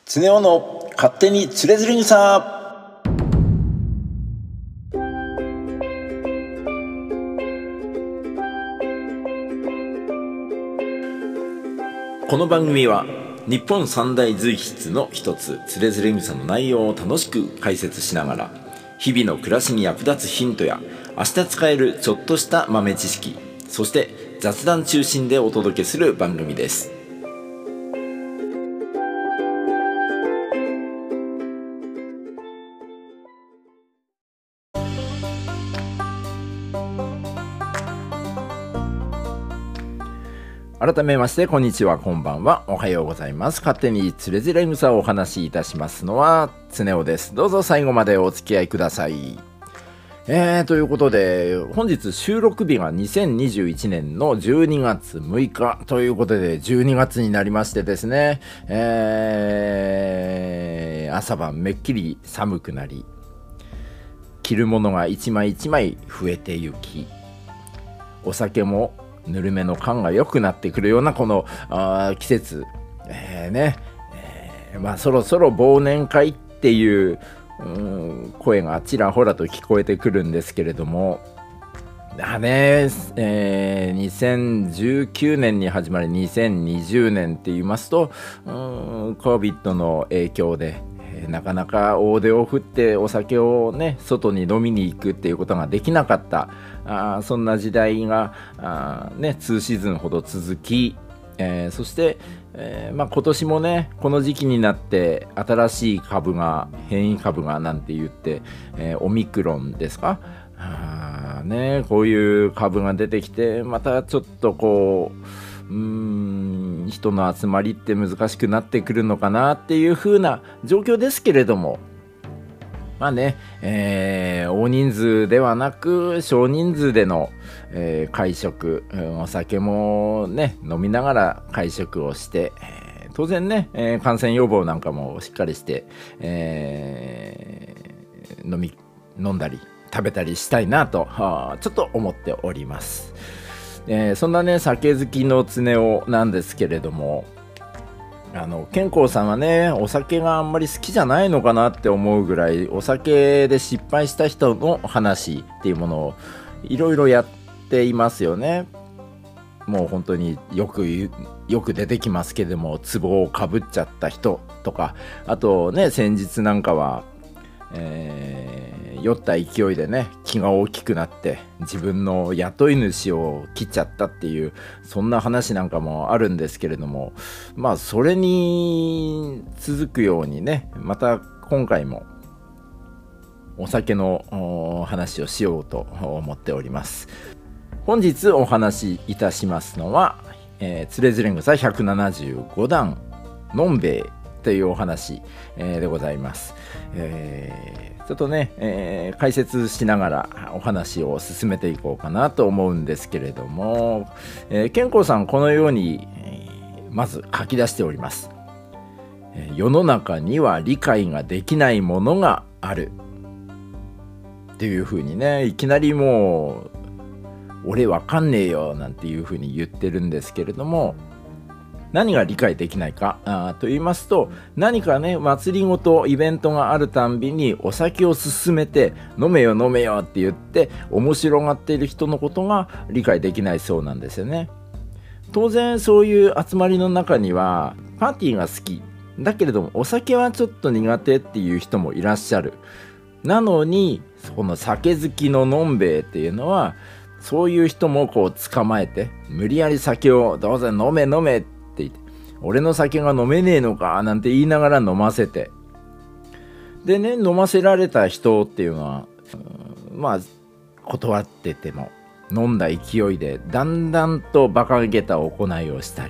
常雄の勝手につれづれ草。この番組は日本三大随筆の一つつれづれ草の内容を楽しく解説しながら、日々の暮らしに役立つヒントや明日使えるちょっとした豆知識、そして雑談中心でお届けする番組です。改めましてこんにちは、こんばんは、おはようございます。勝手につれづれ草をお話しいたしますのは常雄です。どうぞ最後までお付き合いください。ということで本日収録日が2021年の12月6日ということで、12月になりましてですね、朝晩めっきり寒くなり、着るものが一枚一枚増えてゆき、お酒もぬるめの感が良くなってくるようなこの季節、そろそろ忘年会っていう声がちらほらと聞こえてくるんですけれども、2019年に始まり2020年って言いますと、COVID の影響でなかなか大手を振ってお酒をね外に飲みに行くっていうことができなかった、そんな時代が2シーズンほど続き、そして、今年もねこの時期になって新しい株が変異株がなんて言って、オミクロンですか、こういう株が出てきて、またちょっとこう人の集まりって難しくなってくるのかなっていう風な状況ですけれども、大人数ではなく少人数での、会食、お酒もね飲みながら会食をして、当然ね、感染予防なんかもしっかりして、飲んだり食べたりしたいなとちょっと思っております。そんなね酒好きの常雄なんですけれども、健康さんはねお酒があんまり好きじゃないのかなって思うぐらい、お酒で失敗した人の話っていうものをいろいろやっていますよね。もう本当によく出てきますけれども、壺をかぶっちゃった人とか、あとね先日なんかは酔った勢いでね気が大きくなって自分の雇い主を切っちゃったっていう、そんな話なんかもあるんですけれども、それに続くようにね、また今回もお酒の話をしようと思っております。本日お話しいたしますのは、つれづれ草175段のんべえというお話、でございます。ちょっとね、解説しながらお話を進めていこうかなと思うんですけれども、健康さんこのように、まず書き出しております。世の中には理解ができないものがあるっていうふうにね、いきなりもう俺わかんねえよなんていうふうに言ってるんですけれども、何が理解できないかと言いますと、何かね祭りごとイベントがあるたんびにお酒を勧めて飲めよ飲めよって言って面白がっている人のことが理解できないそうなんですよね。当然そういう集まりの中にはパーティーが好きだけれどもお酒はちょっと苦手っていう人もいらっしゃる。なのにこの酒好きののんべえっていうのは、そういう人もこう捕まえて無理やり酒をどうぞ飲め飲めって言って、俺の酒が飲めねえのかなんて言いながら飲ませて、でね飲ませられた人っていうのは断ってても飲んだ勢いでだんだんと馬鹿げた行いをしたり、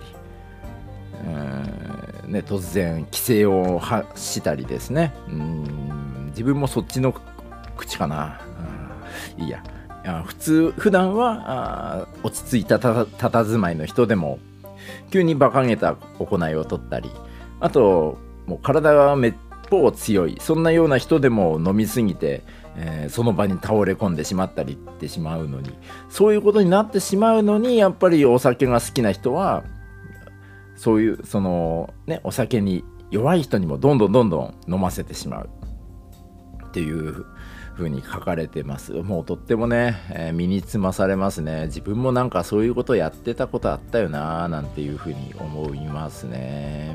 突然規制を発したりですね、自分もそっちの口かな、いいや、普段は落ち着いた佇まいの人でも急に馬鹿げた行いを取ったり、あともう体がめっぽう強いそんなような人でも飲みすぎて、その場に倒れ込んでしまったりってしまうのに、そういうことになってしまうのに、やっぱりお酒が好きな人はそういうお酒に弱い人にもどんどん飲ませてしまうっていう風に書かれてます。もうとってもね、身につまされますね。自分もなんかそういうことやってたことあったよななんていう風に思いますね。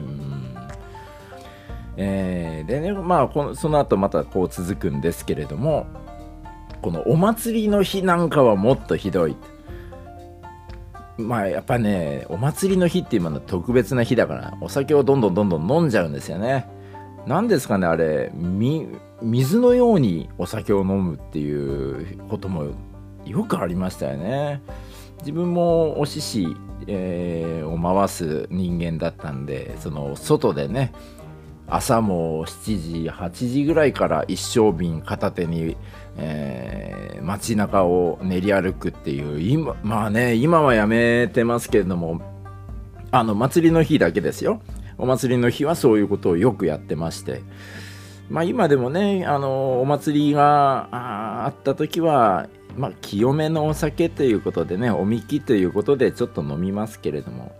でね、まあその後またこう続くんですけれども、このお祭りの日なんかはもっとひどい。まあやっぱね、お祭りの日っていうものは特別な日だからお酒をどんどん飲んじゃうんですよね。なんですかね、あれ水のようにお酒を飲むっていうこともよくありましたよね。自分もお獅子、を回す人間だったんで、その外でね、朝も7時8時ぐらいから一升瓶片手に、街中を練り歩くっていう、今はやめてますけれども、祭りの日だけですよ。お祭りの日はそういうことをよくやってまして、今でもね、お祭りがあった時は、清めのお酒ということでね、おみきということでちょっと飲みますけれども、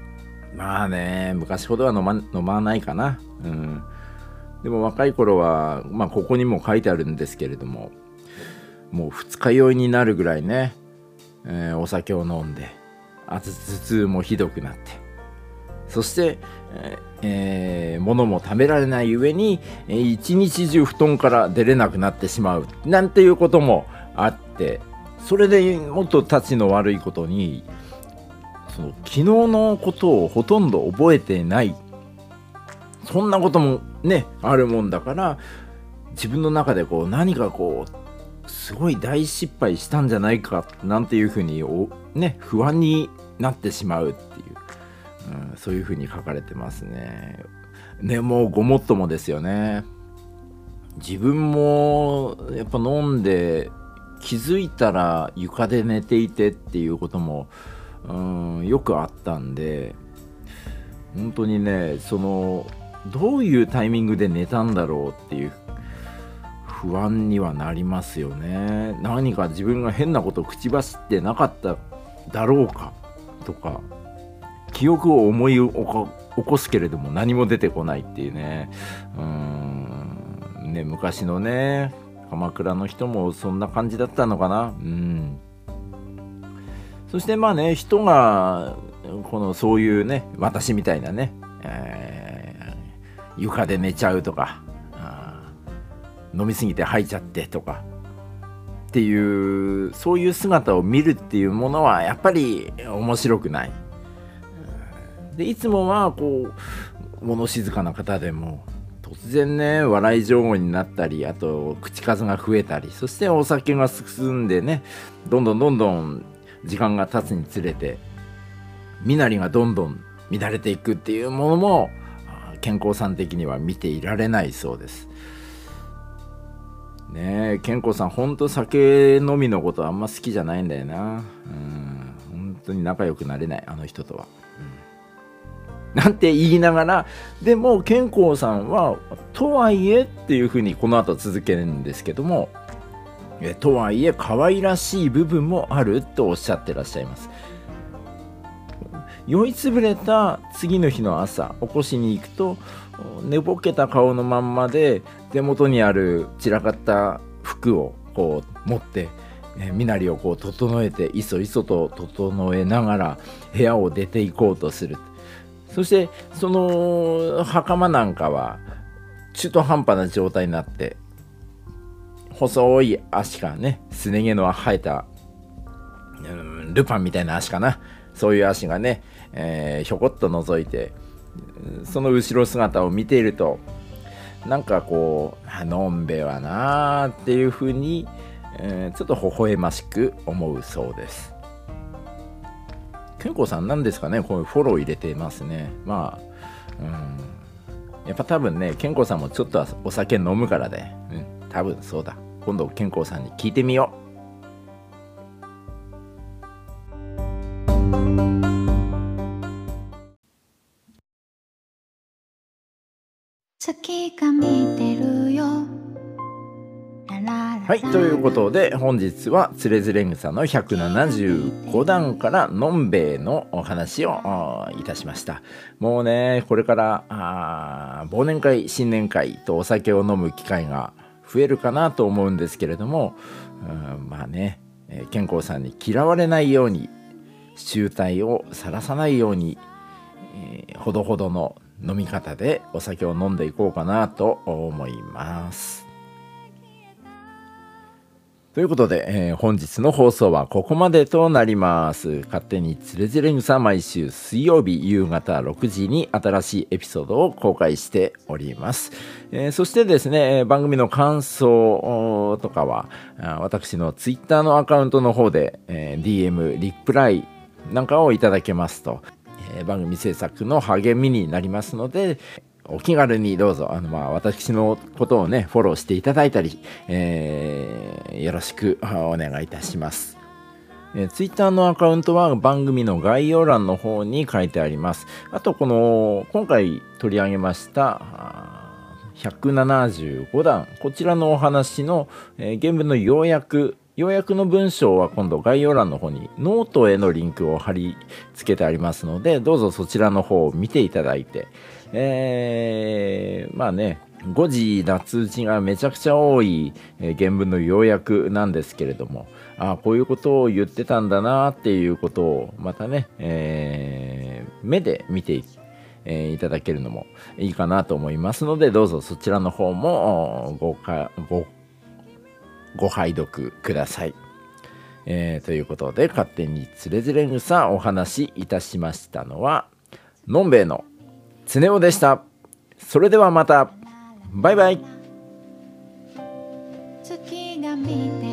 昔ほどは飲まないかな。でも若い頃は、ここにも書いてあるんですけれども、もう二日酔いになるぐらいね、お酒を飲んで、頭痛もひどくなって、そして、物も食べられない上に、一日中布団から出れなくなってしまうなんていうこともあって、それでもっとたちの悪いことに、その昨日のことをほとんど覚えてない、そんなこともねあるもんだから、自分の中でこう何かこうすごい大失敗したんじゃないかなんていうふうに不安になってしまうっていう、そういうふうに書かれてますね。もうごもっともですよね。自分もやっぱ飲んで気づいたら床で寝ていてっていうこともよくあったんで、本当にね、どういうタイミングで寝たんだろうっていう不安にはなりますよね。何か自分が変なことを口走ってなかっただろうかとか、記憶を思い起こすけれども何も出てこないっていうね。昔のね鎌倉の人もそんな感じだったのかな。そして人がそういうね、私みたいなね、床で寝ちゃうとか、飲みすぎて吐いちゃってとかっていう、そういう姿を見るっていうものはやっぱり面白くない。でいつもはこう物静かな方でも突然ね笑い上手になったり、あと口数が増えたり、そしてお酒が進んでね、どんどん時間が経つにつれて身なりがどんどん乱れていくっていうものも健康さん的には見ていられないそうですね。健康さんほんと酒飲みのことあんま好きじゃないんだよな。本当に仲良くなれない、あの人とは。なんて言いながら、でも健康さんはとはいえっていうふうにこの後続けるんですけども、とはいえ可愛らしい部分もあるとおっしゃってらっしゃいます。酔いつぶれた次の日の朝起こしに行くと、寝ぼけた顔のまんまで手元にある散らかった服をこう持って、身なりをこう整えて、いそいそと整えながら部屋を出て行こうとする。そしてその袴なんかは中途半端な状態になって、細い足からね、すね毛の生えたルパンみたいな足かな、そういう足がね、ひょこっと覗いて、その後ろ姿を見ていると、なんかこうのんべはなーっていう風に、ちょっと微笑ましく思うそうです。健康さんなんですかね、こういうフォロー入れてますね。やっぱ多分ね、健康さんもちょっとはお酒飲むからで、多分そうだ。今度健康さんに聞いてみよう。 月が見てるよラララはい、ということで本日はつれづれ草の175段からのんべえのお話をいたしました。もうね、これから忘年会新年会とお酒を飲む機会が増えるかなと思うんですけれども、まあね、健康さんに嫌われないように、醜態を晒さないように、ほどほどの飲み方でお酒を飲んでいこうかなと思います。ということで、本日の放送はここまでとなります。勝手につれづれ草、毎週水曜日夕方6時に新しいエピソードを公開しております。そしてですね、番組の感想とかは私のツイッターのアカウントの方で、DM、リプライなんかをいただけますと、番組制作の励みになりますので、お気軽にどうぞ私のことをねフォローしていただいたり、よろしくお願いいたします。ツイッターのアカウントは番組の概要欄の方に書いてあります。あと今回取り上げました175段、こちらのお話の、原文の要約の文章は今度概要欄の方にノートへのリンクを貼り付けてありますので、どうぞそちらの方を見ていただいて、まあね、誤字脱字がめちゃくちゃ多い、原文の要約なんですけれども、こういうことを言ってたんだなっていうことをまたね、目で見ていただけるのもいいかなと思いますので、どうぞそちらの方もご拝読ください。ということで、勝手につれづれ草お話しいたしましたのはのんべえのつねおでした。それではまた。バイバイ。月が見て